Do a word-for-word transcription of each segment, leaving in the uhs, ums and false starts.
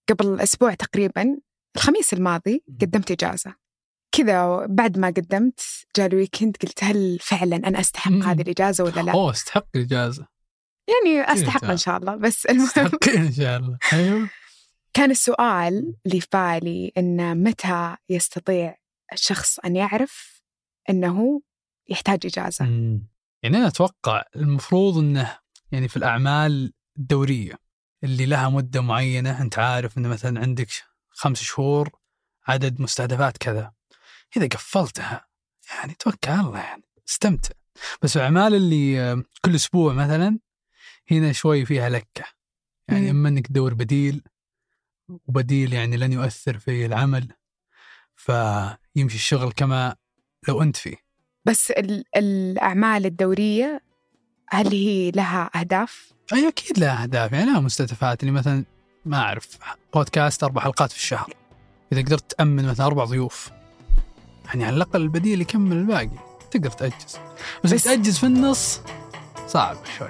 قبل أسبوع تقريبا الخميس الماضي قدمت إجازة كذا. بعد ما قدمت جاء الويكند قلت هل فعلا أنا أستحق مم. هذه الإجازة ولا لا؟ أوه استحق الإجازة يعني أستحق إن شاء الله. بس المهم استحق إن شاء الله. أيوه. كان السؤال اللي في بالي إن متى يستطيع الشخص أن يعرف أنه يحتاج إجازة. مم. يعني أنا أتوقع المفروض أنه يعني في الأعمال الدورية اللي لها مدة معينة، أنت عارف أنه مثلا عندك خمس شهور عدد مستهدفات كذا، إذا قفلتها يعني توكل على الله يعني استمتع. بس الأعمال اللي كل أسبوع مثلا هنا شوي فيها لكة، يعني إما أنك تدور بديل، وبديل يعني لن يؤثر في العمل، فيمشي الشغل كما لو أنت فيه. بس الأعمال الدورية هل هي لها أهداف؟ أي أكيد لها أهداف، يعني لها مستهدفات. اللي مثلا ما أعرف بودكاست أربع حلقات في الشهر، إذا قدرت تأمن مثلا أربع ضيوف يعني على الأقل البديل يكمل الباقي، تقدر تأجز. بس, بس تأجز في النص صعب شوي.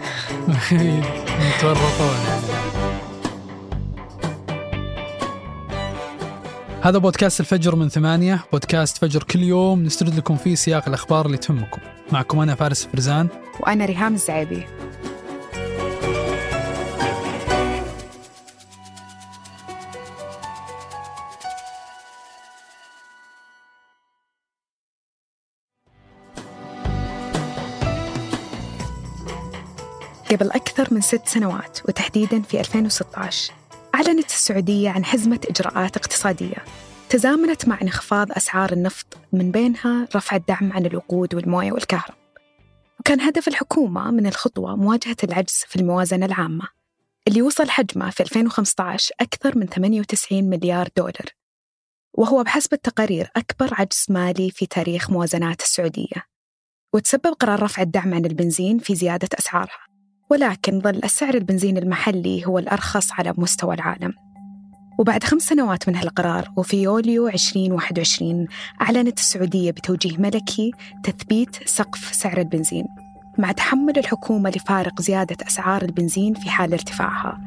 يتورطون يعني. هذا بودكاست الفجر من ثمانية، بودكاست فجر كل يوم نسترد لكم فيه سياق الأخبار اللي تهمكم. معكم أنا فارس فرزان وأنا ريهام الزعيبي. قبل أكثر من ست سنوات وتحديداً في ألفين وستة عشر أعلنت السعودية عن حزمة إجراءات اقتصادية تزامنت مع انخفاض أسعار النفط، من بينها رفع الدعم عن الوقود والموية والكهرباء. وكان هدف الحكومة من الخطوة مواجهة العجز في الموازنة العامة اللي وصل حجمه في ألفين وخمسة عشر أكثر من ثمانية وتسعين مليار دولار، وهو بحسب التقارير أكبر عجز مالي في تاريخ موازنات السعودية. وتسبب قرار رفع الدعم عن البنزين في زيادة أسعارها، ولكن ظل السعر البنزين المحلي هو الأرخص على مستوى العالم. وبعد خمس سنوات من هالقرار، وفي يوليو عشرين واحد وعشرين أعلنت السعودية بتوجيه ملكي تثبيت سقف سعر البنزين مع تحمل الحكومة لفارق زيادة أسعار البنزين في حال ارتفاعها.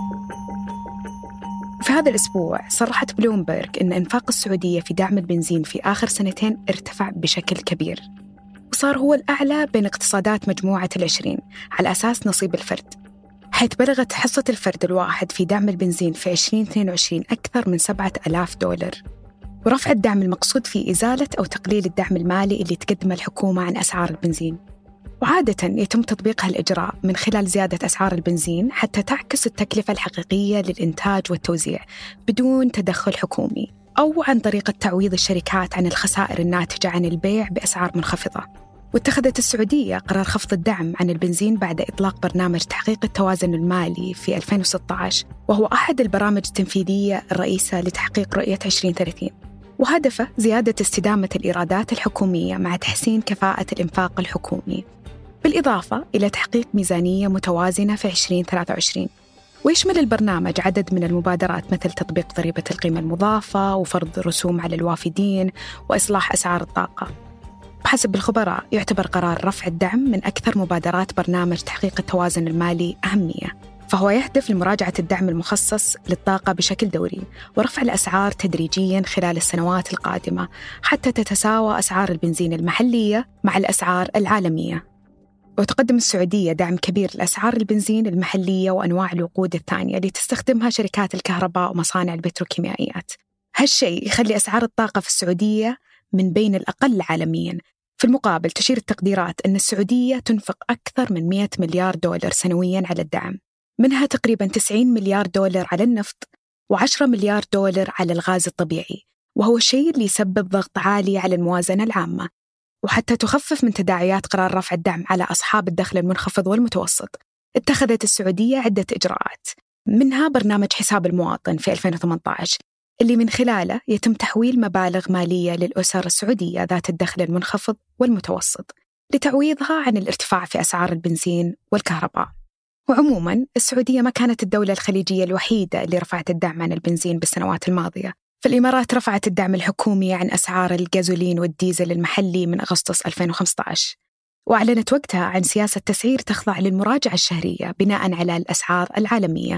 في هذا الأسبوع صرحت بلومبرغ أن إنفاق السعودية في دعم البنزين في آخر سنتين ارتفع بشكل كبير، وصار هو الأعلى بين اقتصادات مجموعة العشرين على أساس نصيب الفرد، حيث بلغت حصة الفرد الواحد في دعم البنزين في عشرين اثنين وعشرين أكثر من سبعة آلاف دولار. ورفع الدعم المقصود في إزالة أو تقليل الدعم المالي اللي تقدمه الحكومة عن أسعار البنزين، وعادة يتم تطبيق هالإجراء من خلال زيادة أسعار البنزين حتى تعكس التكلفة الحقيقية للإنتاج والتوزيع بدون تدخل حكومي، أو عن طريق تعويض الشركات عن الخسائر الناتجة عن البيع بأسعار منخفضة. واتخذت السعودية قرار خفض الدعم عن البنزين بعد إطلاق برنامج تحقيق التوازن المالي في ألفين وستة عشر، وهو أحد البرامج التنفيذية الرئيسة لتحقيق رؤية عشرين ثلاثين، وهدفه زيادة استدامة الإيرادات الحكومية مع تحسين كفاءة الإنفاق الحكومي، بالإضافة إلى تحقيق ميزانية متوازنة في عشرين ثلاثة وعشرين. ويشمل البرنامج عدد من المبادرات مثل تطبيق ضريبة القيمة المضافة وفرض رسوم على الوافدين وإصلاح أسعار الطاقة. بحسب الخبراء يعتبر قرار رفع الدعم من أكثر مبادرات برنامج تحقيق التوازن المالي أهمية، فهو يهدف لمراجعة الدعم المخصص للطاقة بشكل دوري ورفع الأسعار تدريجياً خلال السنوات القادمة حتى تتساوى أسعار البنزين المحلية مع الأسعار العالمية. وتقدم السعودية دعم كبير لأسعار البنزين المحلية وأنواع الوقود الثانية اللي تستخدمها شركات الكهرباء ومصانع البتروكيماويات. هالشيء يخلي أسعار الطاقة في السعودية من بين الأقل عالمياً. في المقابل تشير التقديرات أن السعودية تنفق أكثر من مئة مليار دولار سنوياً على الدعم، منها تقريباً تسعين مليار دولار على النفط وعشرة مليار دولار على الغاز الطبيعي، وهو الشيء اللي يسبب ضغط عالي على الموازنة العامة. وحتى تخفف من تداعيات قرار رفع الدعم على أصحاب الدخل المنخفض والمتوسط، اتخذت السعودية عدة إجراءات، منها برنامج حساب المواطن في ألفين وثمانية عشر اللي من خلاله يتم تحويل مبالغ مالية للأسر السعودية ذات الدخل المنخفض والمتوسط لتعويضها عن الارتفاع في أسعار البنزين والكهرباء. وعموماً السعودية ما كانت الدولة الخليجية الوحيدة اللي رفعت الدعم عن البنزين بالسنوات الماضية. فالإمارات رفعت الدعم الحكومي عن أسعار الغازولين والديزل المحلي من أغسطس ألفين وخمسة عشر، وأعلنت وقتها عن سياسة تسعير تخضع للمراجعة الشهرية بناء على الأسعار العالمية،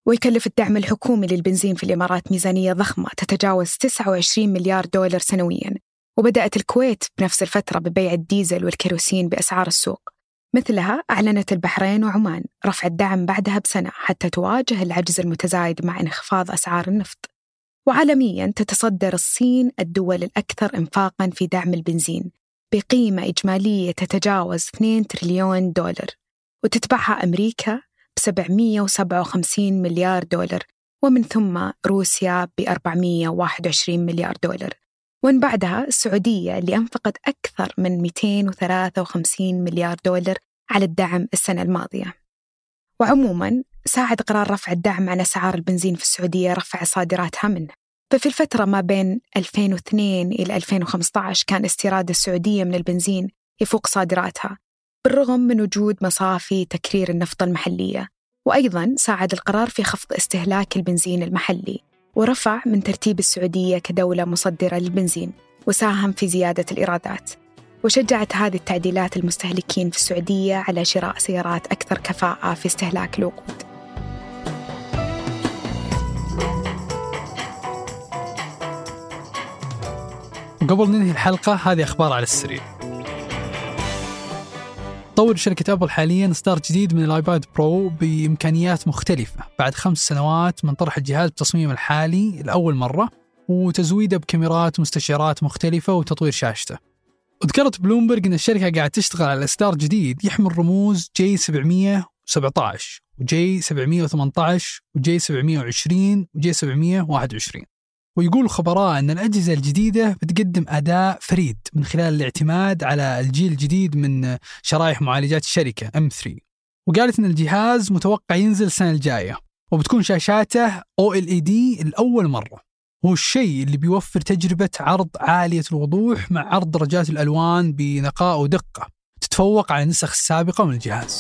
ويكلف الدعم الحكومي للبنزين في الإمارات ميزانية ضخمة تتجاوز تسعة وعشرين مليار دولار سنوياً. وبدأت الكويت بنفس الفترة ببيع الديزل والكيروسين بأسعار السوق. مثلها أعلنت البحرين وعمان رفع الدعم بعدها بسنة حتى تواجه العجز المتزايد مع انخفاض أسعار النفط. وعالمياً تتصدر الصين الدول الأكثر إنفاقاً في دعم البنزين بقيمة إجمالية تتجاوز اثنين تريليون دولار، وتتبعها أمريكا بسبعمئة وسبعة وخمسين مليار دولار، ومن ثم روسيا بأربعمئة وواحد وعشرين مليار دولار، ومن بعدها السعودية اللي أنفقت أكثر من مئتين وثلاثة وخمسين مليار دولار على الدعم السنة الماضية. وعموماً ساعد قرار رفع الدعم عن أسعار البنزين في السعودية رفع صادراتها منه. ففي الفترة ما بين ألفين واثنين إلى ألفين وخمسة عشر كان استيراد السعودية من البنزين يفوق صادراتها، بالرغم من وجود مصافي تكرير النفط المحلية. وأيضاً ساعد القرار في خفض استهلاك البنزين المحلي، ورفع من ترتيب السعودية كدولة مصدرة للبنزين، وساهم في زيادة الإيرادات. وشجعت هذه التعديلات المستهلكين في السعودية على شراء سيارات أكثر كفاءة في استهلاك الوقود. وقبل ننهي الحلقة هذه أخبار على السريع. طور شركة أبل حالياً إصدار جديد من الآيباد برو بإمكانيات مختلفة بعد خمس سنوات من طرح الجهاز بتصميم الحالي لأول مرة، وتزويده بكاميرات ومستشعرات مختلفة وتطوير شاشته. وذكرت بلومبرج أن الشركة قاعدة تشتغل على إصدار جديد يحمل رموز جي سبعمئة وسبعة عشر وجي سبعمئة وثمانية عشر وجي سبعمئة وعشرين وجي سبعمئة وواحد وعشرين. ويقول الخبراء أن الأجهزة الجديدة بتقدم أداء فريد من خلال الاعتماد على الجيل الجديد من شرائح معالجات الشركة إم ثري. وقالت أن الجهاز متوقع ينزل السنة الجاية، وبتكون شاشاته أو إل إي دي الأول مرة، وهو الشيء اللي بيوفر تجربة عرض عالية الوضوح مع عرض درجات الألوان بنقاء ودقة تتفوق على النسخ السابقة من الجهاز.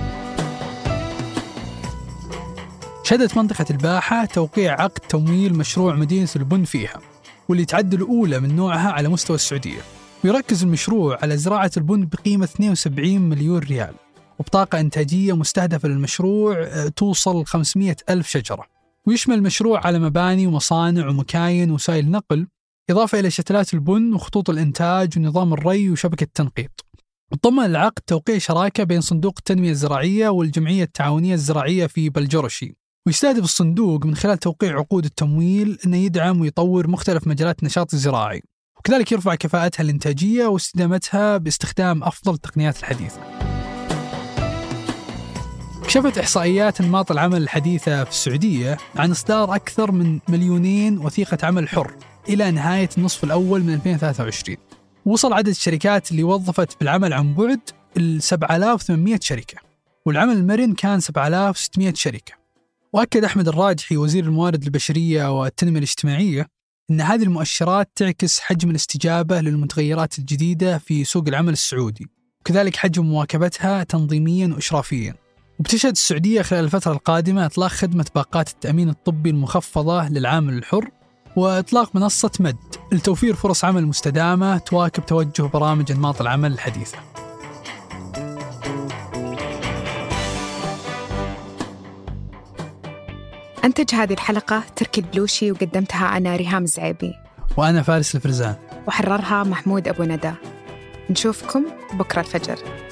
شهدت منطقة الباحة توقيع عقد تمويل مشروع مدينة البن فيها، واللي تعد الأولى من نوعها على مستوى السعودية. ويركز المشروع على زراعة البن بقيمة اثنين وسبعين مليون ريال، وبطاقة إنتاجية مستهدفة للمشروع توصل خمسمئة ألف شجرة. ويشمل المشروع على مباني ومصانع ومكاين وسائل نقل، إضافة إلى شتلات البن وخطوط الإنتاج ونظام الري وشبكة التنقيط. وضمن العقد توقيع شراكة بين صندوق التنمية الزراعية والجمعية التعاونية الزراعية في بلجرشي. ويستهدف الصندوق من خلال توقيع عقود التمويل أنه يدعم ويطور مختلف مجالات النشاط الزراعي، وكذلك يرفع كفاءتها الإنتاجية واستدامتها باستخدام أفضل التقنيات الحديثة. كشفت إحصائيات أنماط العمل الحديثة في السعودية عن إصدار أكثر من مليونين وثيقة عمل حر إلى نهاية النصف الأول من ألفين وثلاثة وعشرين. وصل عدد الشركات اللي وظفت بالعمل عن بعد ل سبعة آلاف وثمانمئة شركة، والعمل المرن كان سبعة آلاف وستمئة شركة. وأكد أحمد الراجحي وزير الموارد البشرية والتنمية الاجتماعية أن هذه المؤشرات تعكس حجم الاستجابة للمتغيرات الجديدة في سوق العمل السعودي، وكذلك حجم مواكبتها تنظيميا وإشرافيا. وبتشهد السعودية خلال الفترة القادمة إطلاق خدمة باقات التأمين الطبي المخفضة للعامل الحر، وإطلاق منصة مد لتوفير فرص عمل مستدامة تواكب توجه برامج أنماط العمل الحديثة. أنتج هذه الحلقة تركي البلوشي، وقدمتها أنا ريهام الزعيبي، وأنا فارس الفرزان، وحررها محمود أبو ندى. نشوفكم بكرة الفجر.